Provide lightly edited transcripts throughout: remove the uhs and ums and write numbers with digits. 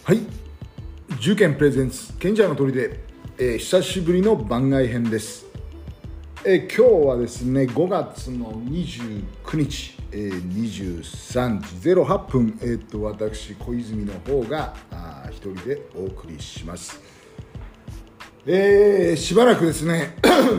はい、重憲プレゼンツ賢者の砦、久しぶりの番外編です。今日はですね5月の29日、23時08分、私小泉の方が一人でお送りします。しばらくですね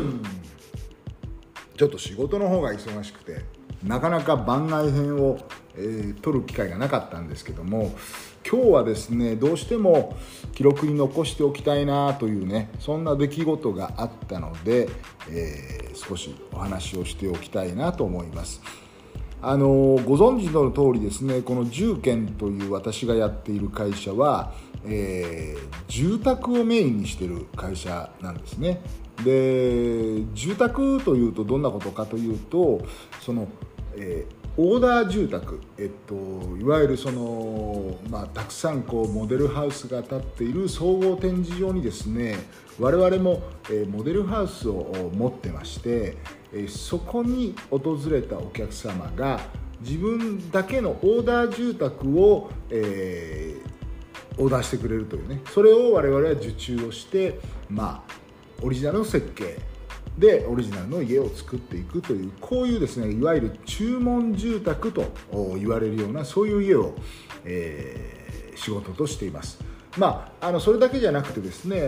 ちょっと仕事の方が忙しくてなかなか番外編を、撮る機会がなかったんですけども、今日はですねどうしても記録に残しておきたいなというね、そんな出来事があったので、少しお話をしておきたいなと思います。ご存知の通りですね、この重憲という私がやっている会社は、住宅をメインにしている会社なんですね。で、住宅というとどんなことかというと、その、オーダー住宅、いわゆるその、たくさんモデルハウスが建っている総合展示場にですね、我々も、モデルハウスを持ってまして、そこに訪れたお客様が自分だけのオーダー住宅を、オーダーしてくれるというね、それを我々は受注をして、オリジナルの設計でオリジナルの家を作っていくという、こういうですね、いわゆる注文住宅と言われるようなそういう家を、仕事としています。それだけじゃなくてですね、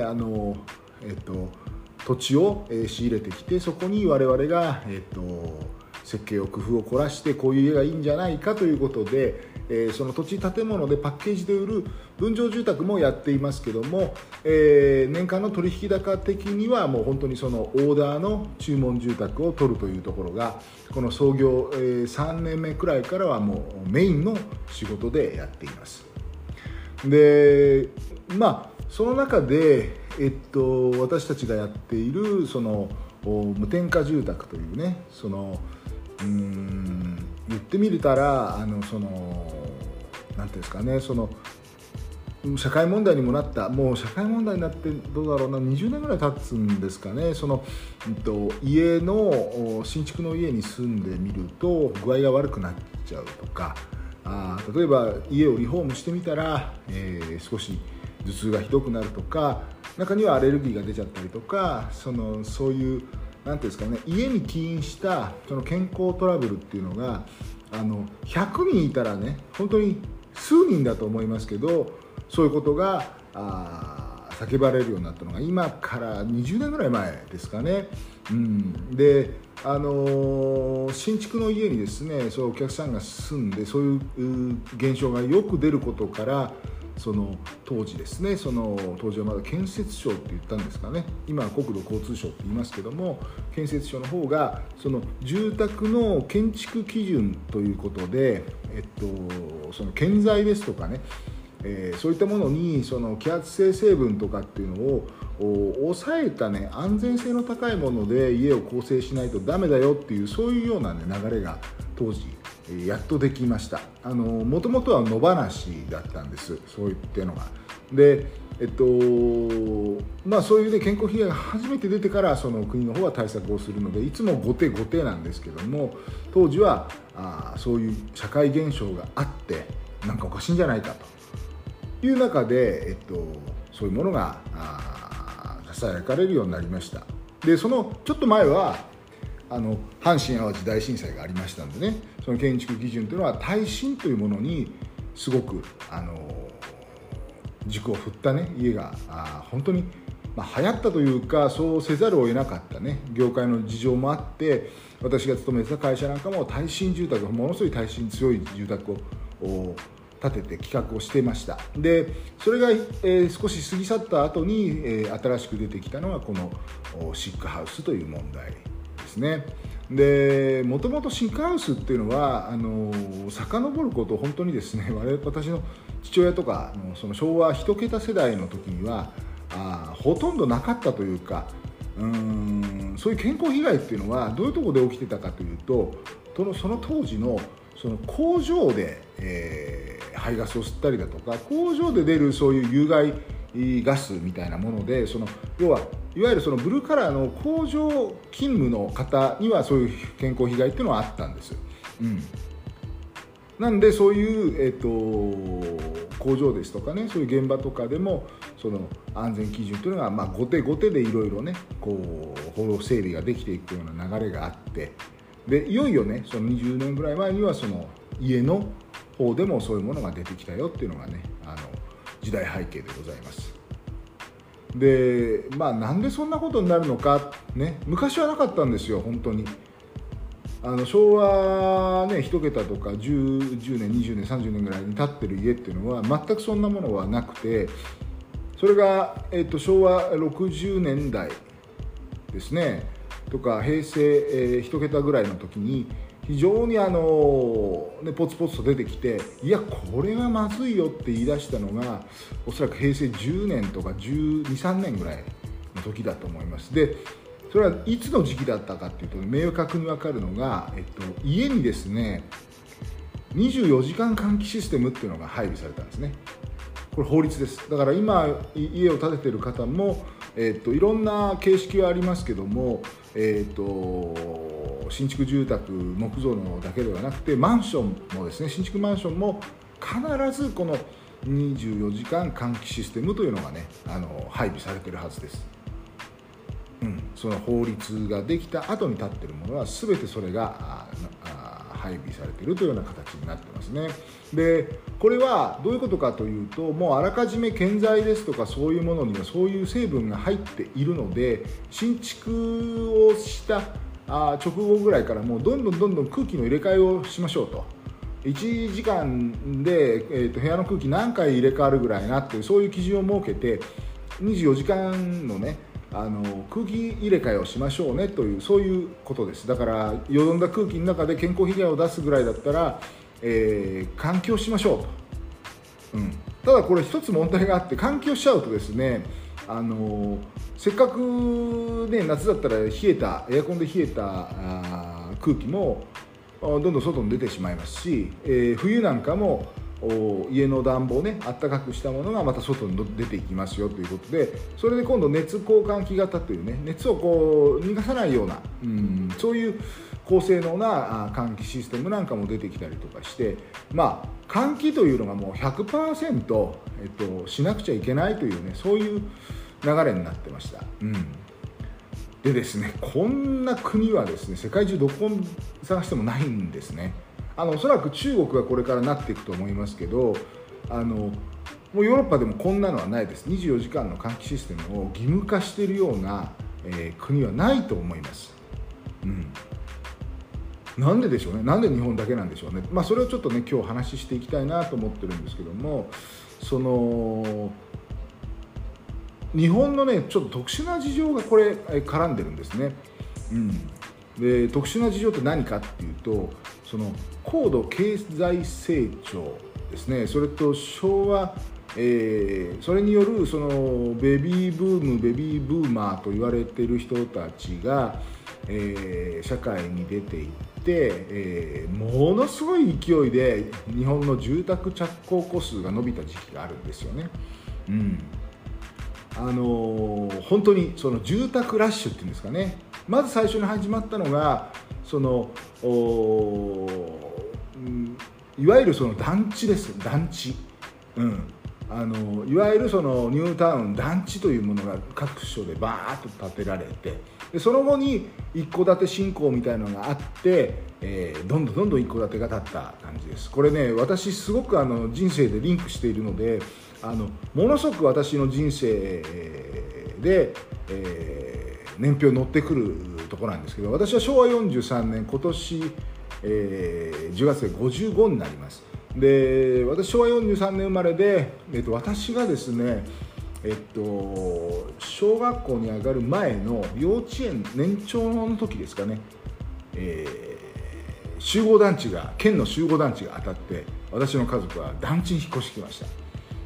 土地を仕入れてきて、そこに我々が、設計を工夫を凝らしてこういう家がいいんじゃないかということで、その土地建物でパッケージで売る分譲住宅もやっていますけども、年間の取引高的にはもう本当にそのオーダーの注文住宅を取るというところが、この創業3年目くらいからはもうメインの仕事でやっています。で、その中で、私たちがやっているその無添加住宅というね、その言ってみたらそのなんていうんですかね、その社会問題にもなった、もう社会問題になってどうだろうな、20年ぐらい経つんですかね。その、家の新築の家に住んでみると具合が悪くなっちゃうとか、例えば家をリフォームしてみたら、少し頭痛がひどくなるとか、中にはアレルギーが出ちゃったりとか、そういうなんていうんですかね、家に起因したその健康トラブルっていうのが100人いたらね、本当に数人だと思いますけど、そういうことが叫ばれるようになったのが今から20年ぐらい前ですかね。で、新築の家にですね、そういうお客さんが住んで、そういう現象がよく出ることから、その当時ですね、その当時はまだ建設省って言ったんですかね、今は国土交通省って言いますけども、建設省の方がその住宅の建築基準ということで、その建材ですとかね、そういったものにその揮発性成分とかっていうのを抑えたね、安全性の高いもので家を構成しないとダメだよっていう、そういうような、ね、流れが当時やっとできました。もともとは野放しだったんです、そういったのが。で、そういう、ね、健康被害が初めて出てからその国の方は対策をするので、いつも後手後手なんですけども、当時はそういう社会現象があってなんかおかしいんじゃないかという中で、そういうものがささやかれるようになりました。で、そのちょっと前は阪神・淡路大震災がありましたんでね、その建築基準というのは耐震というものにすごく軸を振ったね、家が本当に、流行ったというか、そうせざるを得なかったね、業界の事情もあって、私が勤めてた会社なんかも耐震住宅、ものすごい耐震強い住宅を建てて企画をしていました。で、それが、少し過ぎ去った後に、新しく出てきたのがこのシックハウスという問題ですね。で、もともとシックハウスっていうのは遡ること本当にですね、私の父親とかその昭和1桁世代の時にはほとんどなかったというか、そういう健康被害っていうのはどういうところで起きてたかというと、その当時のその工場で、排ガスを吸ったりだとか、工場で出るそういう有害ガスみたいなもので、要はいわゆるそのブルーカラーの工場勤務の方にはそういう健康被害っていうのはあったんです。なんでそういう、 工場ですとかね、そういう現場とかでもその安全基準というのが後手後手でいろいろねこう法整備ができていくような流れがあって、でいよいよねその20年ぐらい前にはその家の方でもそういうものが出てきたよっていうのがね時代背景でございます。でなんでそんなことになるのかね、昔はなかったんですよ本当に。昭和ね1桁とか 10年20年30年ぐらいに建ってる家っていうのは全くそんなものはなくて、それが、昭和60年代ですねとか平成、1桁ぐらいの時に非常にポツポツと出てきて、いやこれはまずいよって言い出したのがおそらく平成10年とか12、13年ぐらいの時だと思います。でそれはいつの時期だったかっていうと明確に分かるのが、家にですね24時間換気システムっていうのが配備されたんですね。これ法律です。だから今家を建ててる方も、いろんな形式はありますけども、新築住宅木造のだけではなくてマンションもですね、新築マンションも必ずこの24時間換気システムというのがね配備されてるはずです。その法律ができた後に建っているものは全てそれが配備されているというような形になってますね。でこれはどういうことかというと、もうあらかじめ建材ですとかそういうものにはそういう成分が入っているので、新築をした直後ぐらいからもうどんどん空気の入れ替えをしましょうと。1時間で、部屋の空気何回入れ替わるぐらいなっていうそういう基準を設けて24時間のね空気入れ替えをしましょうねというそういうことです。だからよどんだ空気の中で健康被害を出すぐらいだったら、換気をしましょうと、ただこれ一つ問題があって、換気をしちゃうとですねせっかく、ね、夏だったら冷えたエアコンで冷えた空気もどんどん外に出てしまいますし、冬なんかも家の暖房ねあったかくしたものがまた外に出ていきますよということで、それで今度熱交換器型というね熱をこう逃がさないような、そういう高性能な換気システムなんかも出てきたりとかして、換気というのがもう 100%、しなくちゃいけないというねそういう流れになってました。でですね、こんな国はですね世界中どこを探してもないんですね。おそらく中国がこれからなっていくと思いますけど、もうヨーロッパでもこんなのはないです。24時間の換気システムを義務化しているような、国はないと思います。なんででしょうね。なんで日本だけなんでしょうね。それをちょっとね今日話していきたいなと思ってるんですけども、日本のねちょっと特殊な事情がこれ絡んでるんですね。で特殊な事情って何かっていうと、その高度経済成長ですね、それと昭和、それによるそのベビーブーマーと言われている人たちが、社会に出ていって、ものすごい勢いで日本の住宅着工戸数が伸びた時期があるんですよね。本当にその住宅ラッシュっていうんですかね、まず最初に始まったのがそのいわゆるその団地です。団地、いわゆるそのニュータウン団地というものが各所でバーッと建てられて、でその後に一戸建て振興みたいなのがあって、どんどん一戸建てが建った感じです。これね私すごく人生でリンクしているのでものすごく私の人生で、年表に乗ってくるところなんですけど、私は昭和43年今年、10月で55になります。で私昭和43年生まれで、私がですね、小学校に上がる前の幼稚園年長の時ですかね、集合団地が県の集合団地が当たって私の家族は団地に引っ越してきました。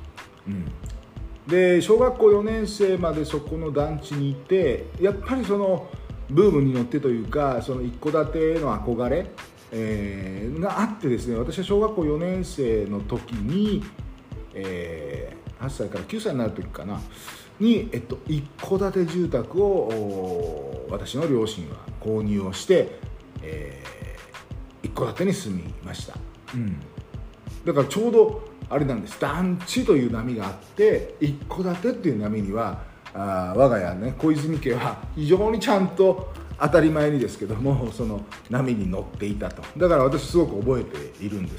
で小学校4年生までそこの団地にいて、やっぱりそのブームに乗ってというかその一戸建てへの憧れ、があってですね、私は小学校4年生の時に、8歳から9歳になる時かなに、一戸建て住宅を私の両親は購入をして、一戸建てに住みました。だからちょうどあれなんです。団地という波があって一戸建てっていう波には我が家ね小泉家は非常にちゃんと当たり前にですけどもその波に乗っていたと。だから私すごく覚えているんです。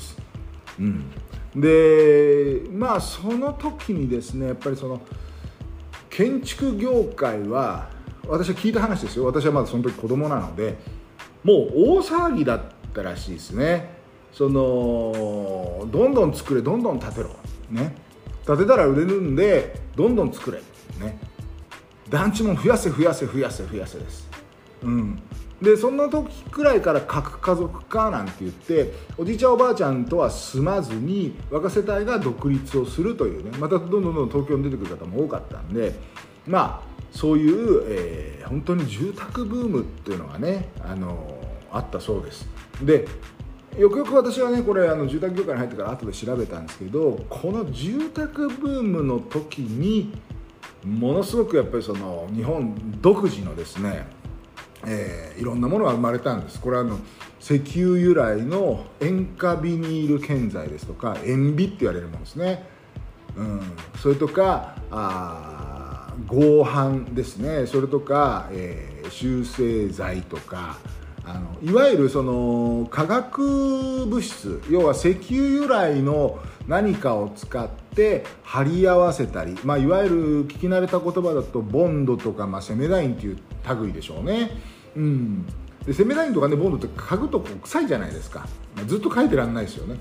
でその時にですねやっぱりその建築業界は私は聞いた話ですよ。私はまだその時子供なのでもう大騒ぎだったらしいですね。そのどんどん作れどんどん建てろね、建てたら売れるんでどんどん作れね、団地も増やせです。でそんな時くらいから核家族化なんて言っておじいちゃんおばあちゃんとは住まずに若世帯が独立をするというね、またどんどん東京に出てくる方も多かったんでそういう、本当に住宅ブームっていうのがねあったそうです。でよくよく私はねこれ住宅業界に入ってから後で調べたんですけど、この住宅ブームの時にものすごくやっぱりその日本独自のですね、いろんなものが生まれたんです。これは石油由来の塩化ビニール建材ですとか塩ビって言われるものですね、それとか合板ですね、それとか、集成材とかいわゆるその化学物質、要は石油由来の何かを使って貼り合わせたり、いわゆる聞き慣れた言葉だとボンドとか、セメダインっていう類でしょうね。でセメダインとかねボンドって嗅ぐと臭いじゃないですか、ずっと嗅いでらんないですよね。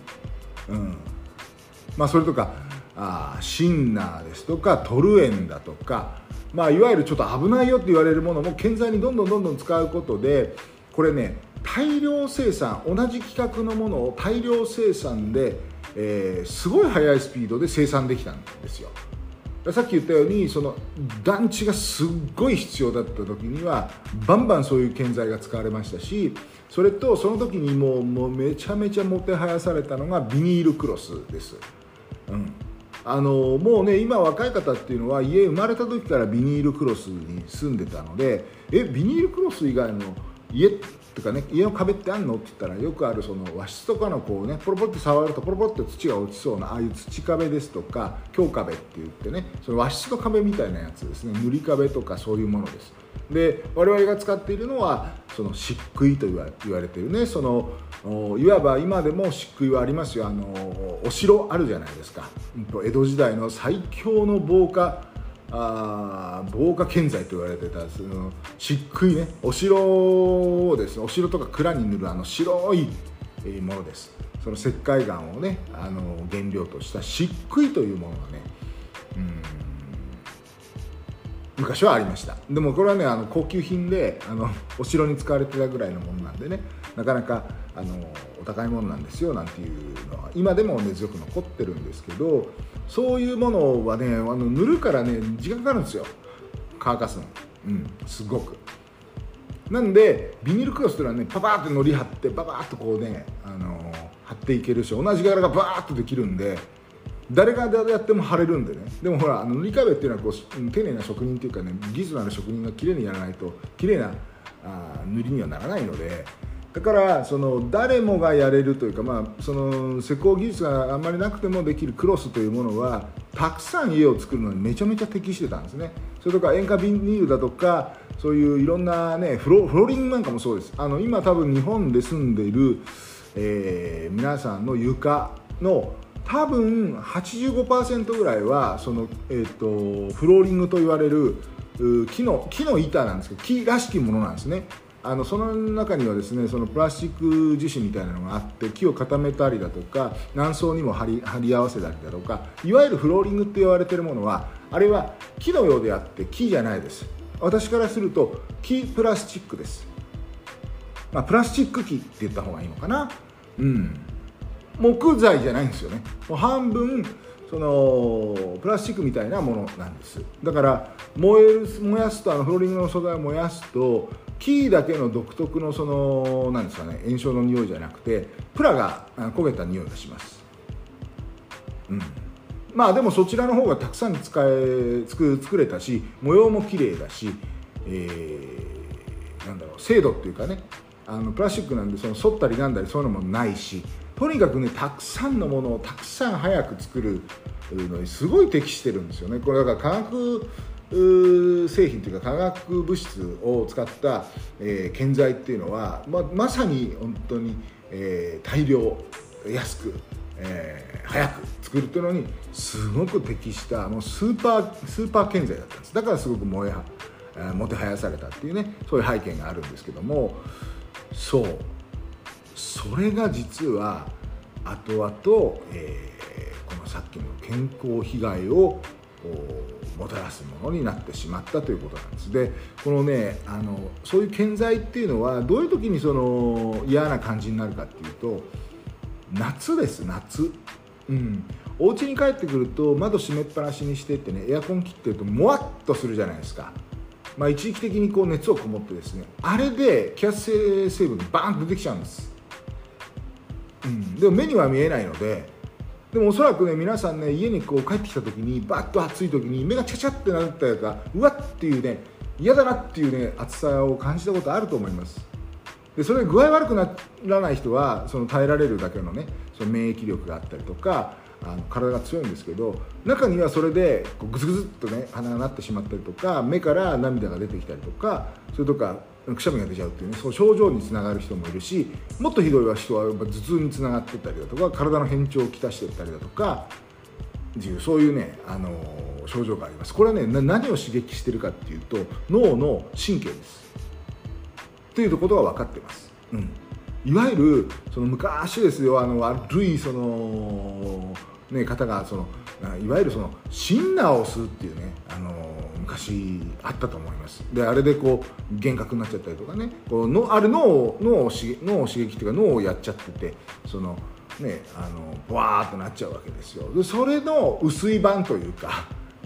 それとかシンナーですとかトルエンだとか、いわゆるちょっと危ないよって言われるものも建材にどんどん使うことで、これね大量生産、同じ規格のものを大量生産で、すごい速いスピードで生産できたんですよ。さっき言ったようにその団地がすっごい必要だった時にはバンバンそういう建材が使われましたし、それとその時にもうめちゃめちゃもてはやされたのがビニールクロスです。もうね今若い方っていうのは家生まれた時からビニールクロスに住んでたので、ビニールクロス以外の家とかね家の壁ってあんのって言ったら、よくあるその和室とかのポロポロって触るとポロポロって土が落ちそうなああいう土壁ですとか強壁って言ってね、その和室の壁みたいなやつですね、塗り壁とかそういうものです。で我々が使っているのはその漆喰と言われているね、そのいわば今でも漆喰はありますよ。お城あるじゃないですか。江戸時代の最強の防火建材と言われてたその漆喰ね、お城をですね、お城とか蔵に塗る白いものです。その石灰岩をね原料とした漆喰というものがね、昔はありました。でもこれはね高級品でお城に使われてたぐらいのものなんでね、なかなかお高いものなんですよなんていうのは今でも根強く残ってるんですけど、そういうものはね塗るからね時間かかるんですよ、乾かすの。すごくなんでビニールクロスというのはねパパーってのり貼ってババーっとこうね貼っていけるし、同じ柄がバーっとできるんで誰がやっても貼れるんでね。でもほら塗り壁っていうのはこう丁寧な職人というかね技術のある職人がきれいにやらないときれいな塗りにはならないので、だからその誰もがやれるというか、その施工技術があんまりなくてもできるクロスというものはたくさん家を作るのにめちゃめちゃ適してたんですね。それとか塩化ビニールだとかそういういろんなねフローリングなんかもそうです。今多分日本で住んでいる、皆さんの床の多分 85% ぐらいはその、フローリングと言われる木の板なんですけど、木らしきものなんですね。その中にはですねそのプラスチック樹脂みたいなのがあって木を固めたりだとか何層にも貼り合わせたりだとか、いわゆるフローリングって言われているものはあれは木のようであって木じゃないです。私からすると木プラスチックです。プラスチック木って言った方がいいのかな。木材じゃないんですよね。もう半分そのプラスチックみたいなものなんです。だから燃やすとフローリングの素材を燃やすと木だけの独特のそのなんですかね、炎症の匂いじゃなくてプラが焦げた匂いがします。でもそちらの方がたくさん作れたし模様も綺麗だし、精度っていうかねプラスチックなんでその反ったりなんだりそういうのもないし、 とにかくねたくさんのものをたくさん早く作るのにすごい適してるんですよね。これだから化学製品というか化学物質を使った、建材っていうのは、まさに本当に、大量安く、早く作るというのにすごく適したもうスーパー建材だったんです。だからすごくもてはやされたっていうね、そういう背景があるんですけども、それが実は後々、このさっきの健康被害をもたらすものになってしまったということなんです。でこのねそういう建材っていうのはどういう時にその嫌な感じになるかっていうと、夏です。夏、お家に帰ってくると窓閉めっぱなしにしてってね、エアコン切ってるともわっとするじゃないですか。一時的にこう熱をこもってですね、あれで気圧性成分がバーンと出てきちゃうんです。でも目には見えないので、でもおそらくね皆さんね家にこう帰ってきた時にバッと暑い時に目がチャチャってなったりとか、うわっていうね嫌だなっていうね暑さを感じたことあると思います。でそれ具合悪くならない人はその耐えられるだけのねその免疫力があったりとか体が強いんですけど、中にはそれでこうグズグズっとね鼻がなってしまったりとか、目から涙が出てきたりとか、それとかくしゃみが出ちゃうっていうね、そう症状につながる人もいるし、もっとひどい人は頭痛につながっていったりだとか、体の変調をきたしていったりだとか、そういうね症状があります。これはね何を刺激しているかっていうと脳の神経ですということが分かっています。いわゆるその昔ですよ、悪いその、方がそのいわゆるそのシンナーを吸うっていうね昔あったと思います。であれでこう幻覚になっちゃったりとかね、こうあれ脳を刺激っていうか脳をやっちゃってて、そのねボワーっとなっちゃうわけですよ。でそれの薄い版というか、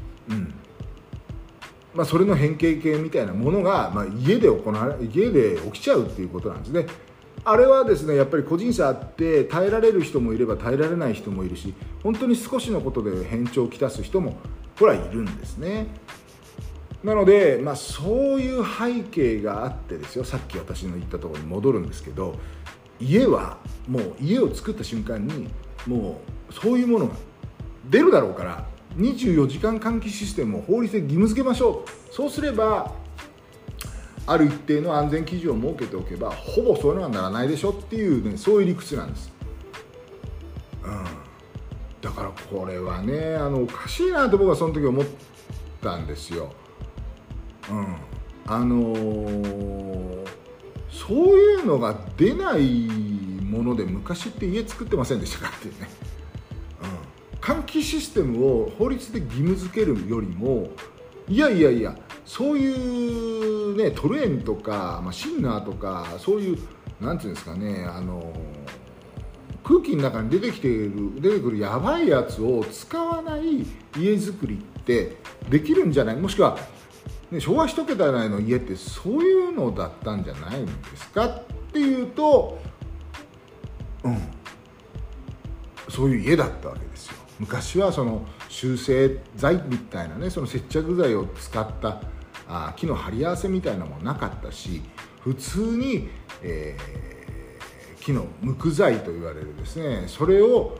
それの変形系みたいなものが、家で起きちゃうっていうことなんですね。あれはですねやっぱり個人差あって耐えられる人もいれば耐えられない人もいるし、本当に少しのことで変調をきたす人もこれはいるんですね。なので、そういう背景があってですよ、さっき私の言ったところに戻るんですけど、家はもう家を作った瞬間にもうそういうものが出るだろうから、24時間換気システムを法律で義務付けましょう。そうすればある一定の安全基準を設けておけばほぼそういうのはならないでしょっていうね、そういう理屈なんです。だからこれはねおかしいなと僕はその時思ったんですよ。そういうのが出ないもので昔って家作ってませんでしたかっていうね、換気システムを法律で義務付けるよりも、いやそういうねトレーンとか、シンナーとかそういうなんていうんですかね空気の中に出てくるやばいやつを使わない家づくりってできるんじゃない、もしくは、昭和一桁台の家ってそういうのだったんじゃないんですかっていうと、そういう家だったわけですよ。昔はその集成材みたいなね、その接着剤を使った木の貼り合わせみたいなものなかったし、普通に、木の無垢材と言われるですね、それを、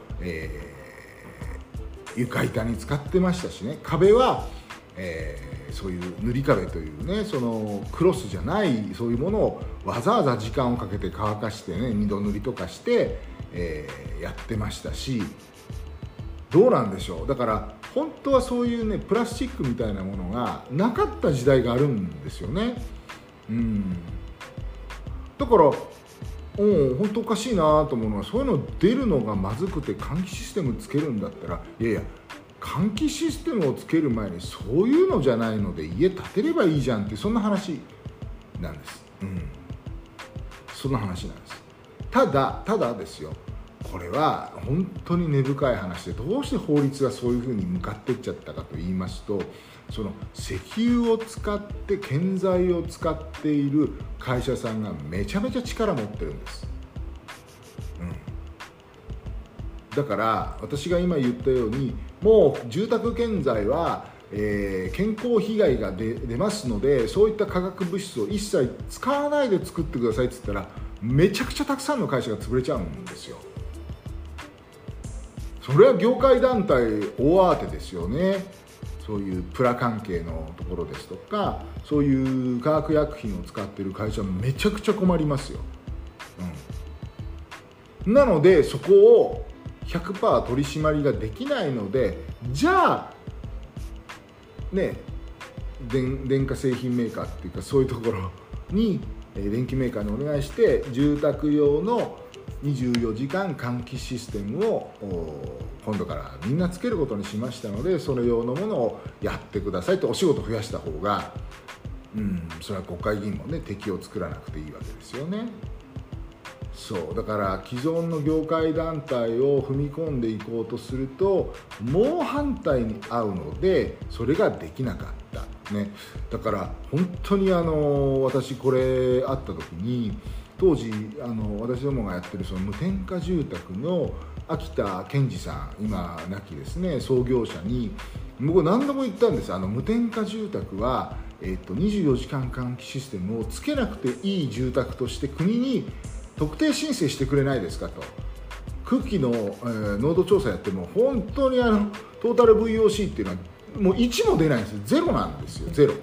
床板に使ってましたしね、壁は、そういう塗り壁というね、そのクロスじゃないそういうものをわざわざ時間をかけて乾かしてね、二度塗りとかして、やってましたし、どうなんでしょう。だから本当はそういうねプラスチックみたいなものがなかった時代があるんですよね。だから本当おかしいなと思うのは、そういうの出るのがまずくて換気システムつけるんだったら、換気システムをつける前にそういうのじゃないので家建てればいいじゃんって、そんな話なんです。そんな話なんです。ただですよ、これは本当に根深い話で、どうして法律がそういうふうに向かっていっちゃったかと言いますと、その石油を使って建材を使っている会社さんがめちゃめちゃ力持ってるんです。だから私が今言ったように、もう住宅建材は、健康被害が出ますので、そういった化学物質を一切使わないで作ってくださいって言ったら、めちゃくちゃたくさんの会社が潰れちゃうんですよ。 それは業界団体大慌てですよね。そういうプラ関係のところですとか、そういう化学薬品を使っている会社もめちゃくちゃ困りますよ、なのでそこを 100% 取り締まりができないので、じゃあね、電化製品メーカーっていうか、そういうところに電気メーカーにお願いして、住宅用の24時間換気システムを今度からみんなつけることにしましたので、それ用のものをやってくださいと、お仕事増やした方が、それは国会議員もね、敵を作らなくていいわけですよね。そうだから既存の業界団体を踏み込んでいこうとすると猛反対に遭うので、それができなかったね。だから本当に私これ会った時に、当時私どもがやってるその無添加住宅の秋田健二さん、今亡きですね創業者に僕何度も言ったんです。無添加住宅は、24時間換気システムをつけなくていい住宅として国に特定申請してくれないですかと。空気の、濃度調査やっても本当にトータル VOC っていうのはもう1も出ないんですよ。ゼロなんですよ、ゼロ。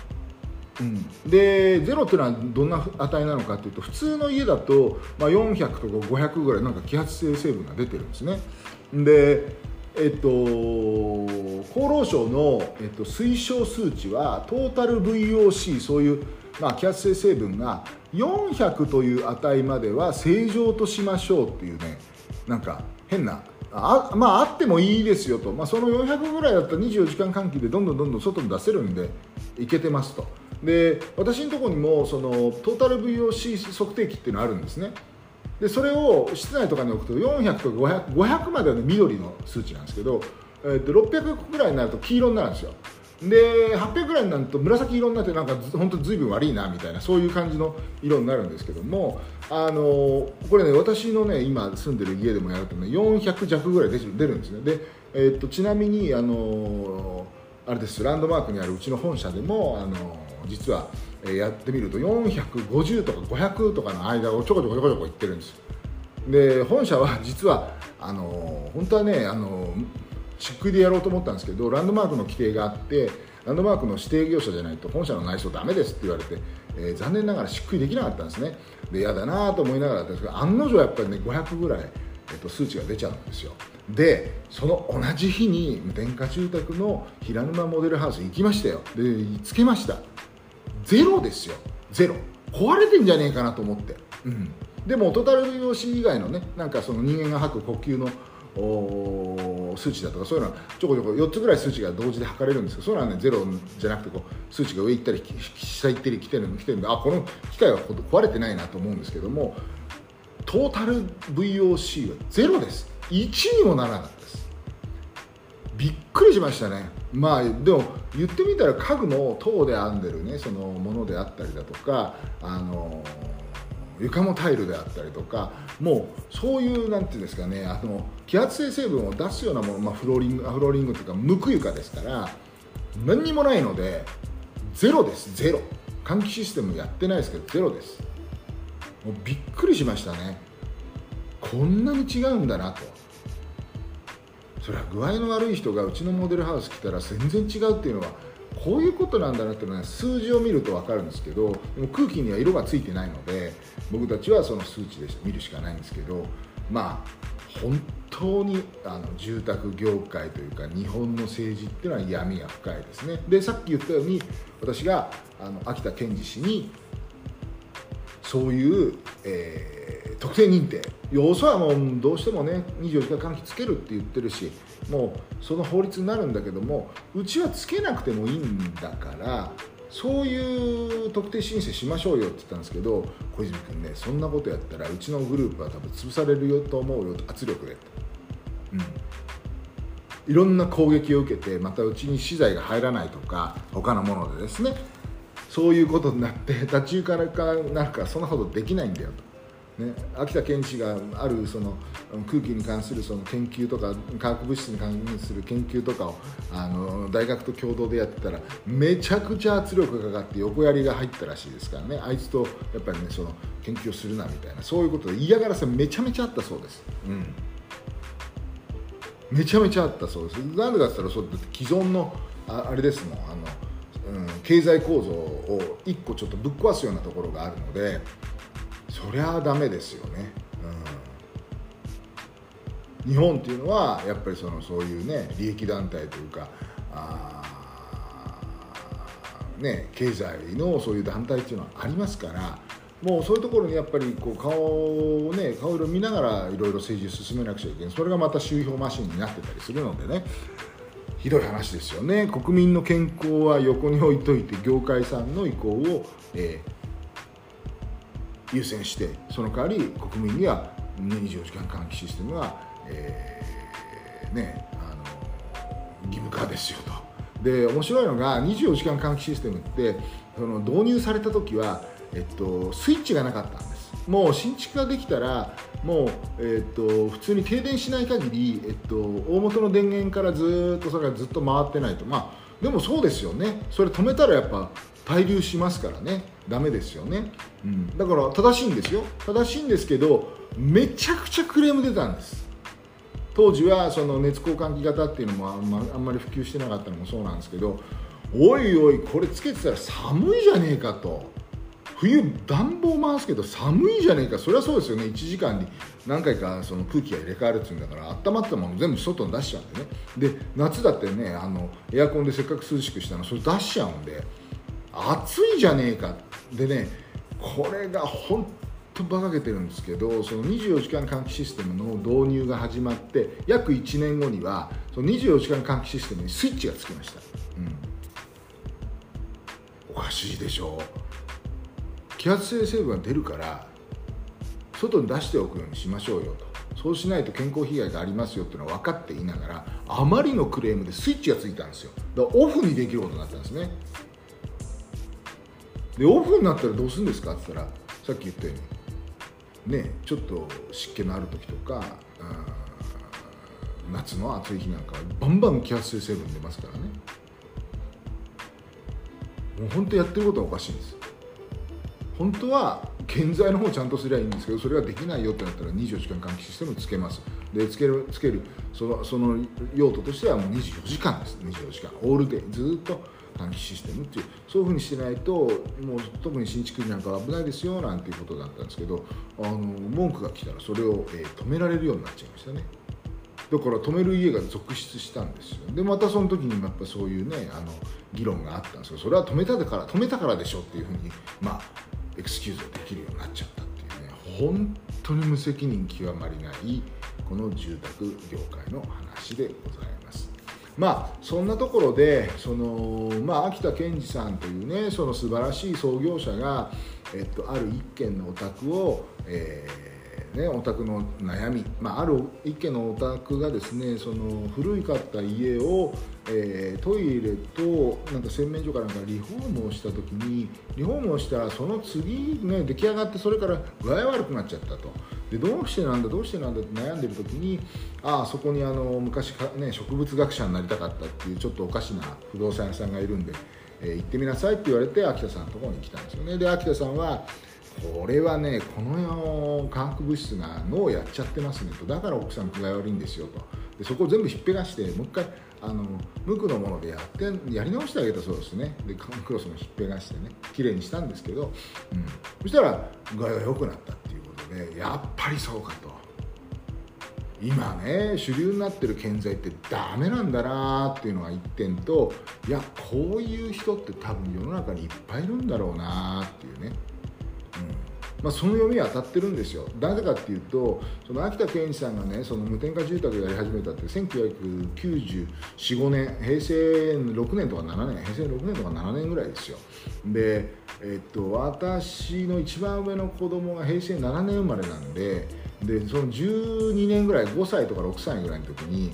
でゼロっていうのはどんな値なのかというと、普通の家だと、400とか500ぐらいなんか揮発性成分が出てるんですね。で厚労省の、推奨数値はトータル VOC、 そういう、揮発性成分が400という値までは正常としましょうっていうね、なんか変なあってもいいですよと、その400ぐらいだったら24時間換気でどんどん外に出せるんでいけてますと。で私のところにもそのトータル VOC 測定器っていうのがあるんですね。でそれを室内とかに置くと400とか500までは、ね、緑の数値なんですけど、600ぐらいになると黄色になるんですよ。で800ぐらいになると紫色になって、なんか本当ずいぶん悪いなみたいな、そういう感じの色になるんですけども、これね、私のね今住んでる家でもやるとね400弱ぐらい出るんですね。で、ちなみにあれです、ランドマークにあるうちの本社でも実はやってみると450とか500とかの間をちょこちょこ行ってるんです。で本社は実は本当はね漆喰でやろうと思ったんですけど、ランドマークの規定があって、ランドマークの指定業者じゃないと本社の内装ダメですって言われて、残念ながら漆喰できなかったんですね。で嫌だなと思いながらだったんですけど、案の定やっぱりね500ぐらい、数値が出ちゃうんですよ。でその同じ日に無添加住宅の平沼モデルハウス行きましたよ。でつけました。ゼロですよ、ゼロ。壊れてんじゃねえかなと思って、でもトータル VOC 以外のね、なんかその人間が吐く呼吸の数値だとか、そういうのはちょこちょこ4つぐらい数値が同時で測れるんですけど、そういうのはねゼロじゃなくて、こう数値が上行ったり下行ったり来てるんで、この機械は壊れてないなと思うんですけども、トータル VOC はゼロです。1にもならなかったです。びっくりしましたね。でも言ってみたら家具の塔で編んでるねそのものであったりだとか、床もタイルであったりとか、もうそういうなんていうんですかね、揮発性成分を出すようなもの、フローリングというか無垢床ですから何にもないのでゼロです。ゼロ。換気システムやってないですけどゼロです。もうびっくりしましたね。こんなに違うんだなと。それは具合の悪い人がうちのモデルハウス来たら全然違うっていうのはこういうことなんだなっていうのは、数字を見ると分かるんですけど、でも空気には色がついてないので僕たちはその数値で見るしかないんですけど、本当に住宅業界というか日本の政治っていうのは闇が深いですね。でさっき言ったように、私が秋田健二氏にそういう、特定認定、要素はもうどうしてもね24時間換気つけるって言ってるし、もうその法律になるんだけども、うちはつけなくてもいいんだから、そういう特定申請しましょうよって言ったんですけど、小泉君ね、そんなことやったらうちのグループは多分潰されるよと思うよ、圧力で、いろんな攻撃を受けて、またうちに資材が入らないとか他のものでですね、そういうことになって立ち行かなるから、そんなことできないんだよと。秋田健一があるその空気に関するその研究とか化学物質に関する研究とかを大学と共同でやってたら、めちゃくちゃ圧力がかかって横やりが入ったらしいですからね。あいつとやっぱりねその研究をするなみたいな、そういうことで嫌がらせめちゃめちゃあったそうです。 めちゃめちゃあったそうです。なんでかって言ったら、そうだって既存のあれですもん、経済構造を一個ちょっとぶっ壊すようなところがあるので、そりゃダメですよね。日本っていうのはやっぱりそういうね、利益団体というか経済のそういう団体っていうのはありますから、もうそういうところにやっぱりこう顔色見ながらいろいろ政治を進めなくちゃいけない。それがまた収票マシンになってたりするのでね、ひどい話ですよね。国民の健康は横に置いといて、業界さんの意向を、優先して、その代わり国民には24時間換気システムは、義務化ですよと。で、面白いのが24時間換気システムって導入された時は、スイッチがなかったんです。もう新築ができたらもう、普通に停電しない限り、大元の電源からずっとそれがずっと回ってないと。でもそうですよね。それ止めたらやっぱ滞留しますからね、ダメですよね。だから正しいんですよ。正しいんですけど、めちゃくちゃクレーム出たんです。当時はその熱交換器型っていうのもあんまり普及してなかったのもそうなんですけど、おいおいこれつけてたら寒いじゃねえかと。冬暖房回すけど寒いじゃねえか。そりゃそうですよね。1時間に何回かその空気が入れ替わるっていうんだから、温まったもの全部外に出しちゃうんでね。で、夏だってね、エアコンでせっかく涼しくしたのそれ出しちゃうんで、暑いじゃねえか。でね、これが本当馬鹿げてるんですけど、その24時間換気システムの導入が始まって約1年後にはその24時間換気システムにスイッチがつきました。おかしいでしょう。揮発性成分が出るから外に出しておくようにしましょうよと。そうしないと健康被害がありますよっていうのは分かっていながら、あまりのクレームでスイッチがついたんですよ。だからオフにできることになったんですね。で、オフになったらどうするんですかって言ったら、さっき言ったようにね、ちょっと湿気のある時とか夏の暑い日なんかはバンバン揮発性成分出ますからね。もう本当やってることはおかしいんです。本当は建材の方ちゃんとすればいいんですけど、それができないよってなったら24時間換気システムをつけます。で、つけるその用途としてはもう24時間です。24時間オールデイずっと換気システムっていう、そういうふうにしてないともう特に新築なんかは危ないですよなんていうことだったんですけど、文句が来たらそれを、止められるようになっちゃいましたね。だから止める家が続出したんですよ。でまたその時にもやっぱそういうね議論があったんですけど、それは止めたからでしょっていうふうにエクスキューズができるようになっちゃったっていうね、本当に無責任極まりないこの住宅業界の話でございます。そんなところで秋田健二さんというね、その素晴らしい創業者が、ある一軒のお宅を、お宅の悩み、ある一軒のお宅がですね、その古いかった家を、トイレと洗面所かなんかリフォームをした時に、リフォームをしたらその次ね出来上がって、それから具合悪くなっちゃったと。でどうしてなんだって悩んでる時に、そこに昔植物学者になりたかったっていうちょっとおかしな不動産屋さんがいるんで、行ってみなさいって言われて秋田さんのところに来たんですよね。で秋田さんはこれはね、この化学物質が脳をやっちゃってますねと。だから奥さん具合悪いんですよと。でそこを全部ひっぺがしてもう一回無垢のものでやり直してあげたそうですね。でクロスもひっぺがしてねきれいにしたんですけど、そしたら具合が良くなったっていうことで、やっぱりそうかと。今ね主流になってる建材ってダメなんだなっていうのが一点と、いやこういう人って多分世の中にいっぱいいるんだろうなっていうね、その読みは当たってるんですよ。なぜかっていうと、その秋田健二さんがねその無添加住宅をやり始めたって1994、5年、平成6年とか7年、平成6年とか7年ぐらいですよ。で、私の一番上の子供が平成7年生まれなんで、その12年ぐらい、5歳とか6歳ぐらいの時に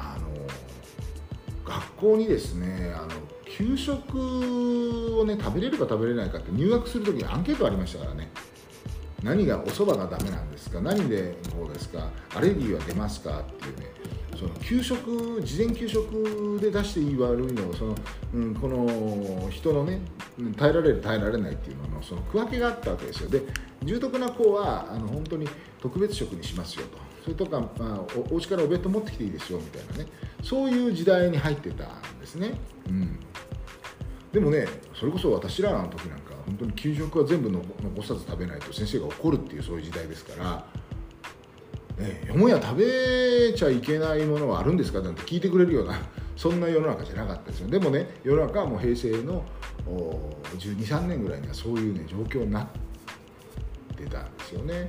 学校にですね給食をね食べれるか食べれないかって入学する時にアンケートありましたからね。何がお蕎麦がダメなんですか、何でこうですか、アレルギーは出ますかっていうね、その事前給食で出していい悪いのをこの人のね耐えられる耐えられないっていうののその区分けがあったわけですよ。で重篤な子は本当に特別食にしますよと。 それとか、お家からお弁当持ってきていいですよみたいなね、そういう時代に入ってたんですね。でもね、それこそ私らの時なんか本当に給食は全部残さず食べないと先生が怒るっていう、そういう時代ですから、よもや食べちゃいけないものはあるんですかなんて聞いてくれるようなそんな世の中じゃなかったですよ。でもね、世の中はもう平成の12、13年ぐらいにはそういうね状況になってたんですよね。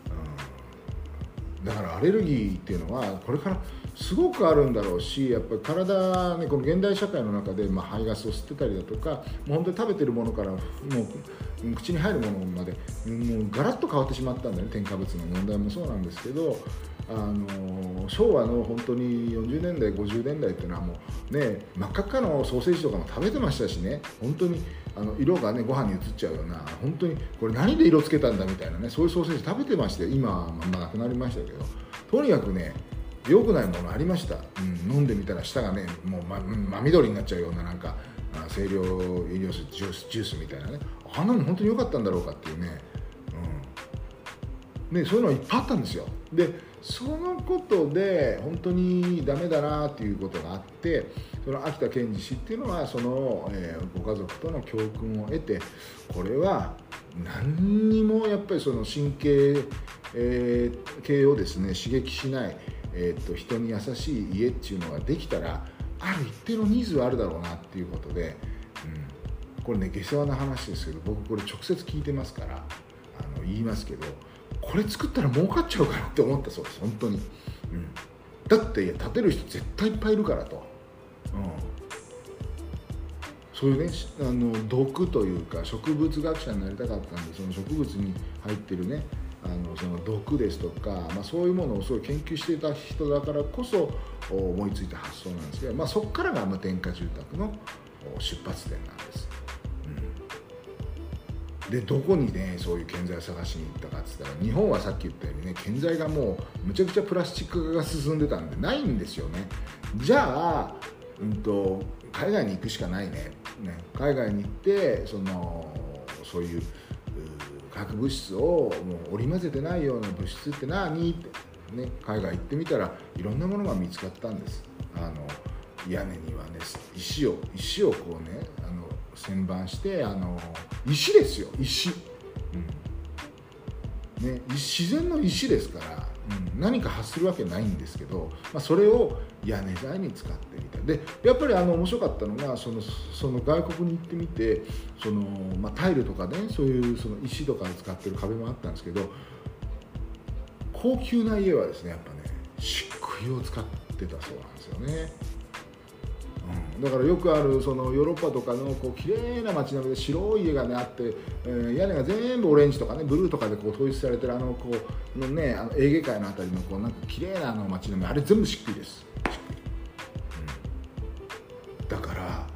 だからアレルギーっていうのはこれからすごくあるんだろうし、やっぱり体ね、この現代社会の中で、排ガスを吸ってたりだとか、もう本当に食べてるものからもう口に入るものまでもうガラッと変わってしまったんだよね。添加物の問題もそうなんですけど、昭和の本当に40年代50年代っていうのはもうね、真っ赤っかのソーセージとかも食べてましたしね、本当に色がねご飯に移っちゃうような、本当にこれ何で色つけたんだみたいなね、そういうソーセージ食べてまして、今はなくなりましたけど、とにかくね良くないものありました。飲んでみたら舌がねもう真緑になっちゃうような、なんか清涼飲料水ジュースみたいなね、あんなの本当に良かったんだろうかっていうね、そういうのはいっぱいあったんですよ。でそのことで本当にダメだなっていうことがあって、その秋田健二氏っていうのはその、ご家族との教訓を得て、これは何にもやっぱりその神経、系をですね刺激しない、人に優しい家っていうのができたら、ある一定のニーズはあるだろうなっていうことで、これね下世話な話ですけど、僕これ直接聞いてますから言いますけど、これ作ったら儲かっちゃうかなって思ったそうです、本当に。だって建てる人絶対いっぱいいるからと、そういうね毒というか植物学者になりたかったんで、その植物に入ってるねその毒ですとか、そういうものをすごい研究していた人だからこそ思いついた発想なんですけど、そこからが添加住宅の出発点なんです。でどこにねそういう建材を探しに行ったかって言ったら、日本はさっき言ったようにね建材がもうむちゃくちゃプラスチック化が進んでたんでないんですよね。じゃあ、海外に行くしかないね。海外に行ってそういう化学物質をもう織り交ぜてないような物質って何って、海外行ってみたらいろんなものが見つかったんです。屋根にはね石をこうね旋盤して石ですよ、石、自然の石ですから、何か発するわけないんですけど、それを屋根材に使ってみた。でやっぱり面白かったのがその外国に行ってみてタイルとかね、そういうその石とかを使ってる壁もあったんですけど、高級な家はですねやっぱね漆喰を使ってたそうなんですよね。だからよくあるそのヨーロッパとかのこう綺麗な街並みで白い家がねあって、屋根が全部オレンジとかねブルーとかでこう統一されてるこうのねエーゲ海のあたりのこうなんか綺麗な街並み、あれ全部漆喰です。だから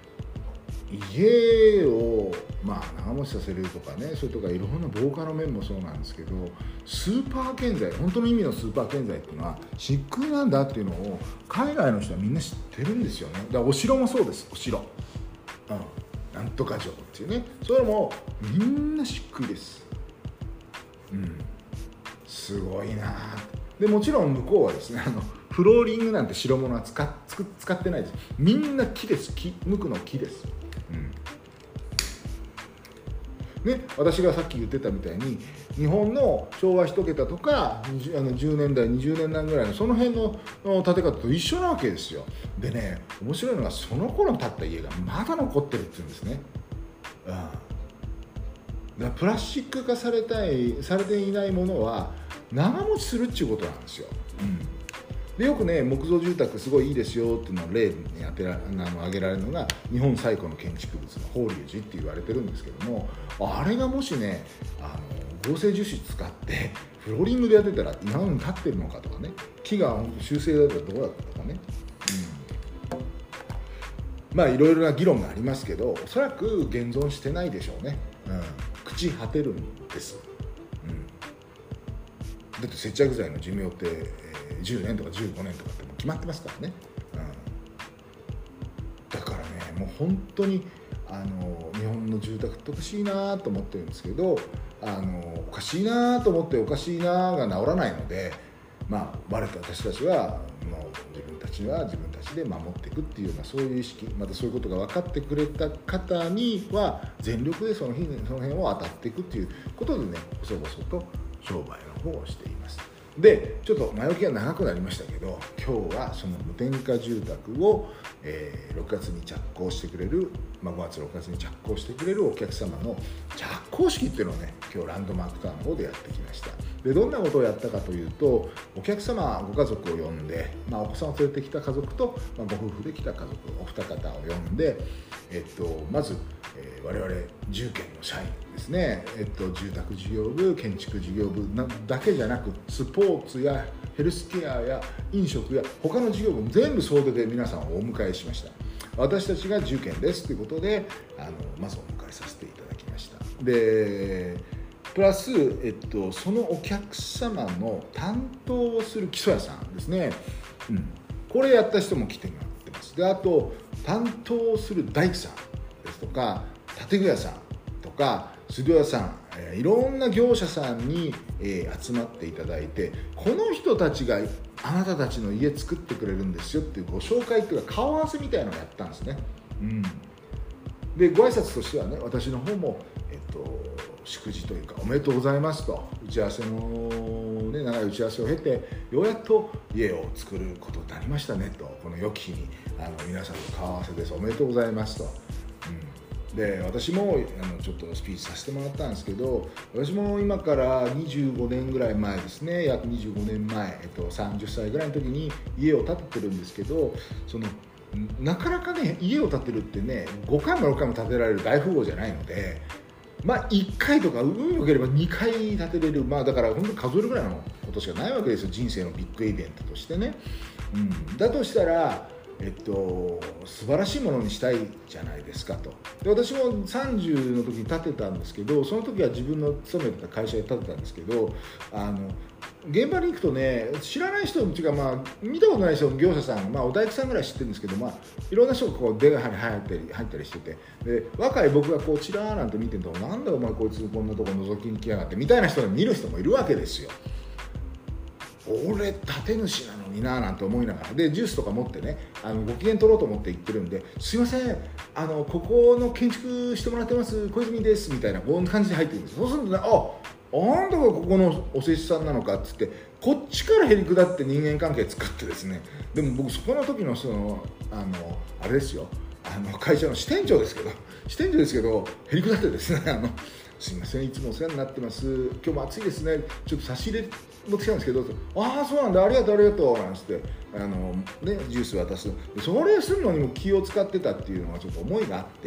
家を長持ちさせるとかね、それとかいろんな防火の面もそうなんですけど、スーパー建材、本当の意味のスーパー建材っていうのは漆喰なんだっていうのを海外の人はみんな知ってるんですよね。だからお城もそうです。お城、なんとか城っていうね、それもみんな漆喰です。すごいな。でもちろん向こうはですねフローリングなんて白物は使ってないです。みんな木です。無垢の木です。私がさっき言ってたみたいに日本の昭和1桁とか10年代20年代ぐらいのその辺の建て方と一緒なわけですよ。でね、面白いのがその頃に建った家がまだ残ってるっていうんですね。だからプラスチック化されていないものは長持ちするっていうことなんですよ。でよくね木造住宅すごいいいですよっていうのを例に挙げられるのが日本最古の建築物の法隆寺って言われてるんですけども、あれがもしね合成樹脂使ってフローリングでやってたら今のに立ってるのかとかね、木が修正だったらどうだったとかね、いろいろな議論がありますけど、おそらく現存してないでしょうね。朽ち果てるんです。だって接着剤の寿命って10年とか15年とかってもう決まってますからね。だからねもう本当に日本の住宅っておかしいなと思ってるんですけど、おかしいなと思っておかしいなが治らないので、 私たちはもう自分たちは自分たちで守っていくっていうようなそういう意識、またそういうことが分かってくれた方には全力でその辺を当たっていくっていうことでね、細々と商売の方をしています。でちょっと前置きが長くなりましたけど、今日はその無添加住宅を、6月に着工してくれる、5月6月に着工してくれるお客様の着工式っていうのをね、今日ランドマークタウンの方でやってきました。でどんなことをやったかというと、お客様ご家族を呼んで、お子さんを連れてきた家族と、ご夫婦で来た家族お二方を呼んで、まず、我々住建の社員ですね、住宅事業部、建築事業部だけじゃなく、スポーツやヘルスケアや飲食や他の事業部も全部総出で皆さんをお迎えしました。私たちが住建ですということでまずお迎えさせていただきました。でプラス、そのお客様の担当をする基礎屋さんですね、これやった人も来てもらってます。であと担当する大工さんですとか建具屋さんとか水道屋さん、いろんな業者さんに、集まっていただいて、この人たちがあなたたちの家作ってくれるんですよっていうご紹介っていうか顔合わせみたいなのをやったんですね。でご挨拶としてはね、私の方も、祝辞というかおめでとうございますと、打ち合わせの、長い打ち合わせを経てようやっと家を作ることになりましたねと、この良き日に皆さんと顔合わせです、おめでとうございますと。で私もちょっとスピーチさせてもらったんですけど、私も今から25年ぐらい前ですね、約25年前、30歳ぐらいの時に家を建ててるんですけど、なかなかね家を建てるってね5回も6回も建てられる大富豪じゃないので、1回とか運良ければ2回建てれる、だから本当に数えるぐらいのことしかないわけですよ、人生のビッグイベントとしてね。だとしたら素晴らしいものにしたいじゃないですかと。で私も30の時に建てたんですけど、その時は自分の勤めてた会社で建てたんですけど、現場に行くとね、知らない人っていうか、見たことない人の業者さん、お大工さんぐらい知ってるんですけど、いろんな人がこう出が入ったりしてて、で若い僕がこうチラーなんて見てると、なんだお前こいつこんなとこ覗きに来やがってみたいな人が見る人もいるわけですよ。俺建主なのにななんて思いながら、でジュースとか持ってね、ご機嫌取ろうと思って行ってるんで、すいませんここの建築してもらってます小泉ですみたいな、こんな感じで入ってくるんです。そうするとね、あんたがここのお施主さんなのかっつって、こっちからへりくだって人間関係作ってですね、でも僕そこの時のあれですよ、会社の支店長ですけどへりくだってですね、すいませんいつもお世話になってます、今日も暑いですね、ちょっと差し入れ持ってきたんですけど、そうなんだ、ありがとうなんつってジュース渡す。それするのにも気を使ってたっていうのがちょっと思いがあって、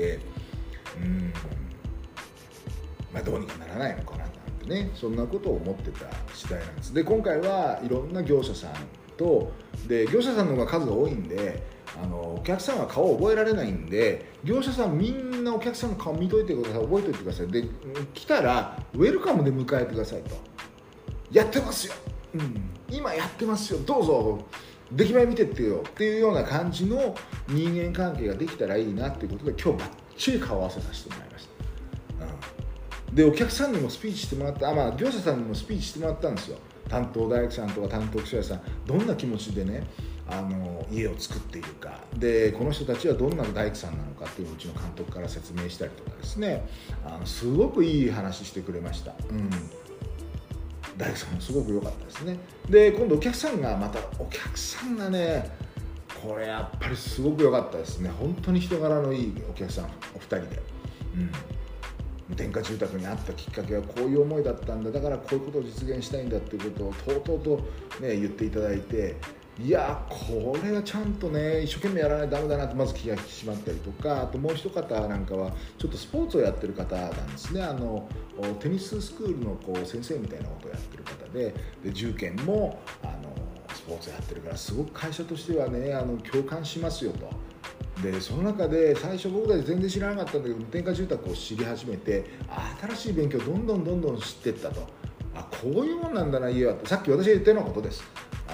どうにかならないのかななんてね、そんなことを思ってた次第なんです。で今回はいろんな業者さんと、で業者さんの方が数が多いんで、お客さんは顔を覚えられないんで、業者さんみんなお客さんの顔見といてください、覚えておいてください、で来たらウェルカムで迎えてくださいと、やってますよ、今やってますよ、どうぞ出来栄え見てってよっていうような感じの人間関係ができたらいいなっていうことで、今日バッチリ顔合わせさせてもらいました。でお客さんにもスピーチしてもらった、業者さんにもスピーチしてもらったんですよ。担当大工さんとか担当基礎屋さん、どんな気持ちでね家を作っているかで、この人たちはどんな大工さんなのかっていうのをうちの監督から説明したりとかですね、すごくいい話してくれました。大工さんもすごく良かったですね。で今度お客さんがね、これやっぱりすごく良かったですね。本当に人柄のいいお客さんお二人で、無添加住宅にあったきっかけはこういう思いだったんだ、だからこういうことを実現したいんだっていうことをとうとうと、言っていただいて、いやこれはちゃんとね一生懸命やらないとダメだなってまず気が引き締まったりとか、あともう一方なんかはちょっとスポーツをやってる方なんですね。テニススクールの先生みたいなことをやってる方で、住建もスポーツをやってるから、すごく会社としてはね共感しますよと。でその中で最初僕たち全然知らなかったんだけど、無添加住宅を知り始めて、新しい勉強をどんどん知っていったと、こういうもんなんだな家はって、さっき私が言ったようなことです。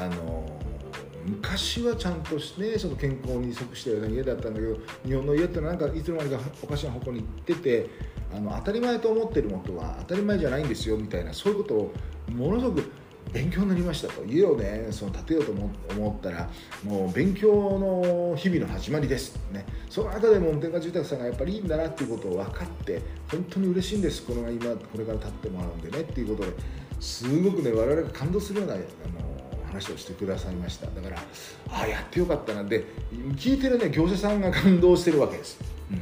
昔はちゃんとねその健康に即したような家だったんだけど、日本の家ってなんかいつの間にかおかしな方向に行ってて、当たり前と思ってるものは当たり前じゃないんですよみたいな、そういうことをものすごく勉強になりましたと。家をね建てようと思ったらもう勉強の日々の始まりですね。その中でも天下住宅さんがやっぱりいいんだなっていうことを分かって本当に嬉しいんです。これから建ってもらうんでねっていうことですごくね我々が感動するような話をしてくださいました。だからやってよかったなで聞いてるね業者さんが感動してるわけです。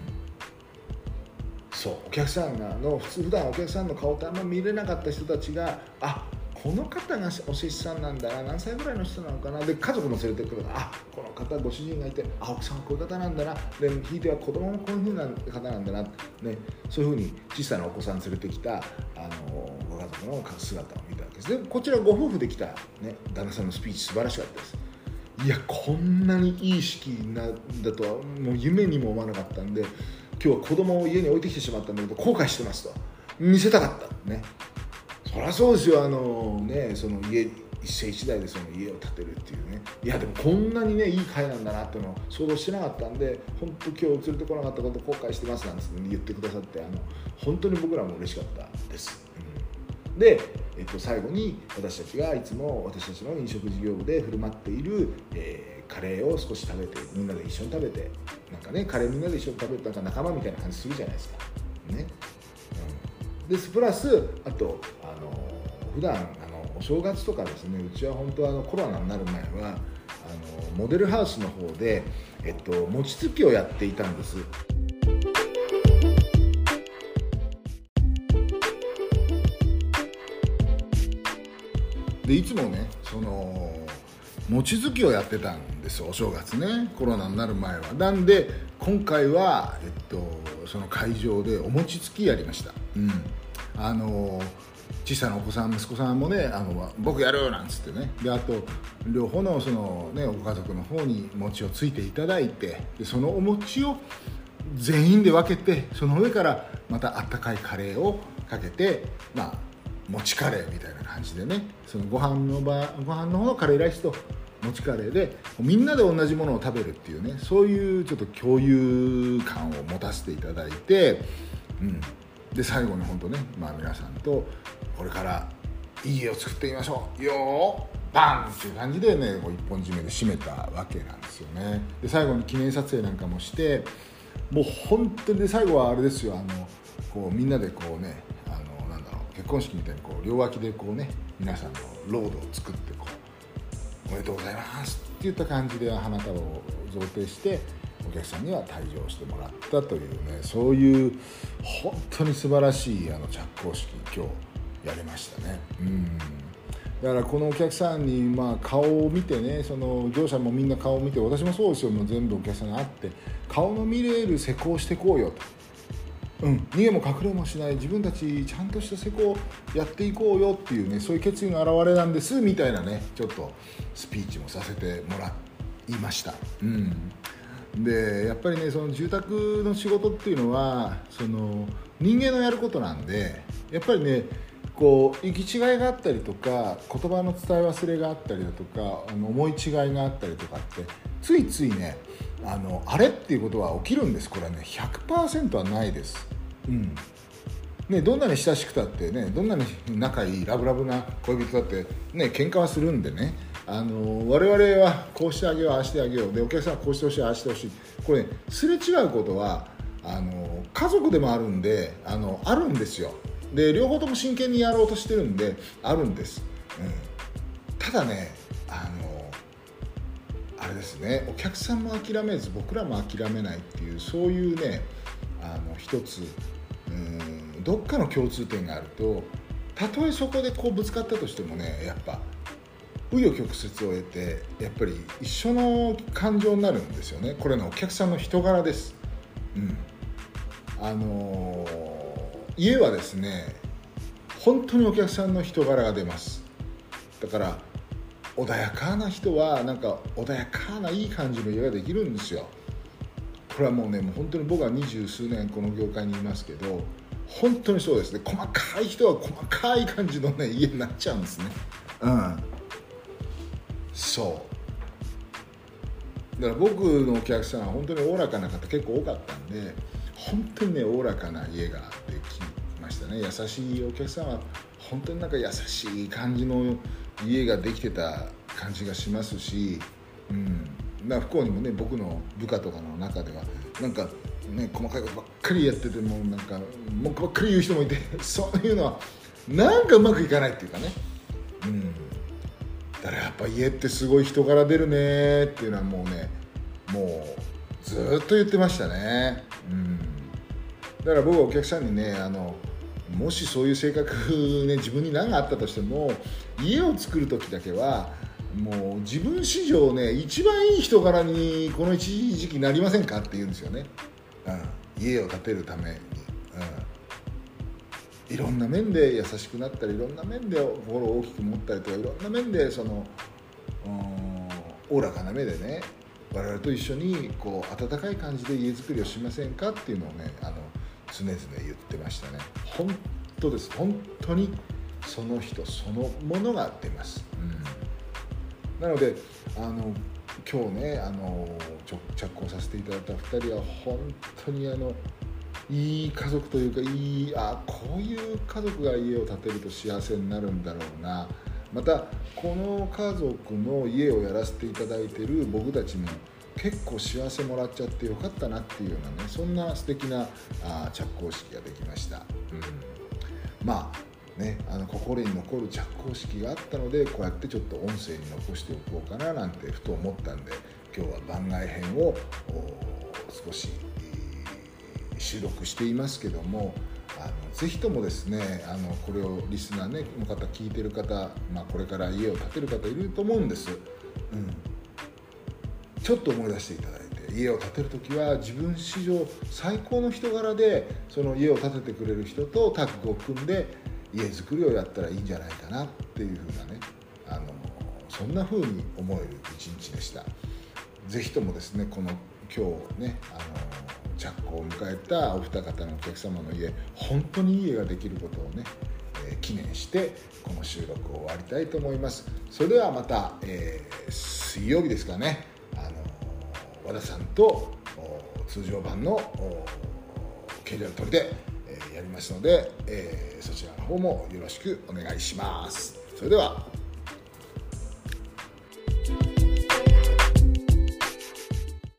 そうお客さん普段お客さんの顔ってあんま見れなかった人たちがこの方がお施主さんなんだな、何歳ぐらいの人なのかな、で家族も連れてくるこの方ご主人がいて奥さんはこういう方なんだな、でひいては子供もこういう風な方なんだな、ね、そういう風に小さなお子さん連れてきたご家族の姿を見たわけです。でこちらご夫婦で来た、旦那さんのスピーチ素晴らしかったです。いやこんなにいい式なんだとはもう夢にも思わなかったんで、今日は子供を家に置いてきてしまったんだけど後悔してますと見せたかったね。そりゃそうですよその家一世一代でその家を建てるっていうね。いやでもこんなにねいい会なんだなっていうのを想像してなかったんで、本当今日連れてこなかったこと後悔してますなんて言ってくださって本当に僕らも嬉しかったです。で、最後に私たちがいつも私たちの飲食事業部で振る舞っている、カレーを少し食べてみんなで一緒に食べてカレーみんなで一緒に食べて仲間みたいな感じするじゃないですかね。ですプラスあと普段お正月とかですね、うちは本当コロナになる前はモデルハウスの方で、餅つきをやっていたんです。でいつもね餅つきをやってたんですお正月ね、コロナになる前は。なんで今回は、その会場でお餅つきやりました。小さなお子さん息子さんもね僕やるなんつってね、であと両方のご家族の方に餅をついていただいて、でそのお餅を全員で分けて、その上からまたあったかいカレーをかけて餅カレーみたいな感じでね、そのご飯の方のカレーライスと餅カレーでみんなで同じものを食べるっていうね、そういうちょっと共有感を持たせていただいて、で最後に本当ね、皆さんとこれからいい家を作ってみましょうよーバンっていう感じでね一本締めで締めたわけなんですよね。で最後に記念撮影なんかもして、もう本当にで最後はあれですよ、みんなで結婚式みたいに両脇で皆さんのロードを作っておめでとうございますって言った感じで花束を贈呈してお客さんには退場してもらったというね、そういう本当に素晴らしい着工式今日やりましたね。だからこのお客さんに顔を見てね、その業者もみんな顔を見て、私もそうですよ、もう全部お客さんが会って顔の見れる施工をしていこうよと、逃げも隠れもしない自分たちちゃんとした施工をやっていこうよっていうね、そういう決意の表れなんですみたいなね、ちょっとスピーチもさせてもらいました。でやっぱりねその住宅の仕事っていうのはその人間のやることなんで、やっぱりね行き違いがあったりとか言葉の伝え忘れがあったりだとか思い違いがあったりとかってついついねあれっていうことは起きるんです。これはね 100% はないです。どんなに親しくたってね、どんなに仲いいラブラブな恋人だってね喧嘩はするんでね、我々はこうしてあげようああしてあげようで、お客さんはこうしてほしいああしてほしい、これねすれ違うことは家族でもあるんであるんですよ。で両方とも真剣にやろうとしてるんであるんです。ただねあれですね、お客さんも諦めず僕らも諦めないっていう、そういうね一つどっかの共通点があると、たとえそこでぶつかったとしてもね、やっぱ紆余曲折を得てやっぱり一緒の感情になるんですよね。これねお客さんの人柄です。家はですね本当にお客さんの人柄が出ます。だから穏やかな人は穏やかないい感じの家ができるんですよ。これはもう本当に僕は20数年この業界にいますけど本当にそうですね。細かい人は細かい感じの家になっちゃうんですね。そうだから僕のお客さんは本当におおらかな方結構多かったんで、本当におおらかな家ができましたね。優しいお客さんは本当に優しい感じの家ができてた感じがしますし、不幸にもね僕の部下とかの中ではなんかね細かいことばっかりやっててもなんか文句ばっかり言う人もいてそういうのはなんかうまくいかないっていうかね、だからやっぱ家ってすごい人柄出るねっていうのはもうずっと言ってましたね。だから僕はお客さんにねもしそういう性格ね自分に何があったとしても家を作る時だけはもう自分史上ね一番いい人柄にこの一時期なりませんかって言うんですよね、家を建てるために、いろんな面で優しくなったりいろんな面で心を大きく持ったりとかいろんな面でおおらかな目でね我々と一緒にこう温かい感じで家づくりをしませんかっていうのをね常々言ってましたね。本当です。本当にその人そのものが出ます、なので今日ね着工させていただいた2人は本当にいい家族というかこういう家族が家を建てると幸せになるんだろうな、またこの家族の家をやらせていただいている僕たちも結構幸せもらっちゃってよかったなっていうようなねそんな素敵な着工式ができました、心に残る着工式があったのでこうやってちょっと音声に残しておこうかななんてふと思ったんで今日は番外編を少し収録していますけどもぜひともですねこれをリスナー、の方聞いてる方、これから家を建てる方いると思うんです、ちょっと思い出していただいて家を建てるときは自分史上最高の人柄でその家を建ててくれる人とタッグを組んで家づくりをやったらいいんじゃないかなっていうふうなねそんなふうに思える一日でした。ぜひともですねこの今日ね着工を迎えたお二方のお客様の家本当にいい家ができることをね、記念してこの収録を終わりたいと思います。それではまた、水曜日ですかね和田さんと通常版の経理の取りで、やりますので、そちらの方もよろしくお願いします。それでは。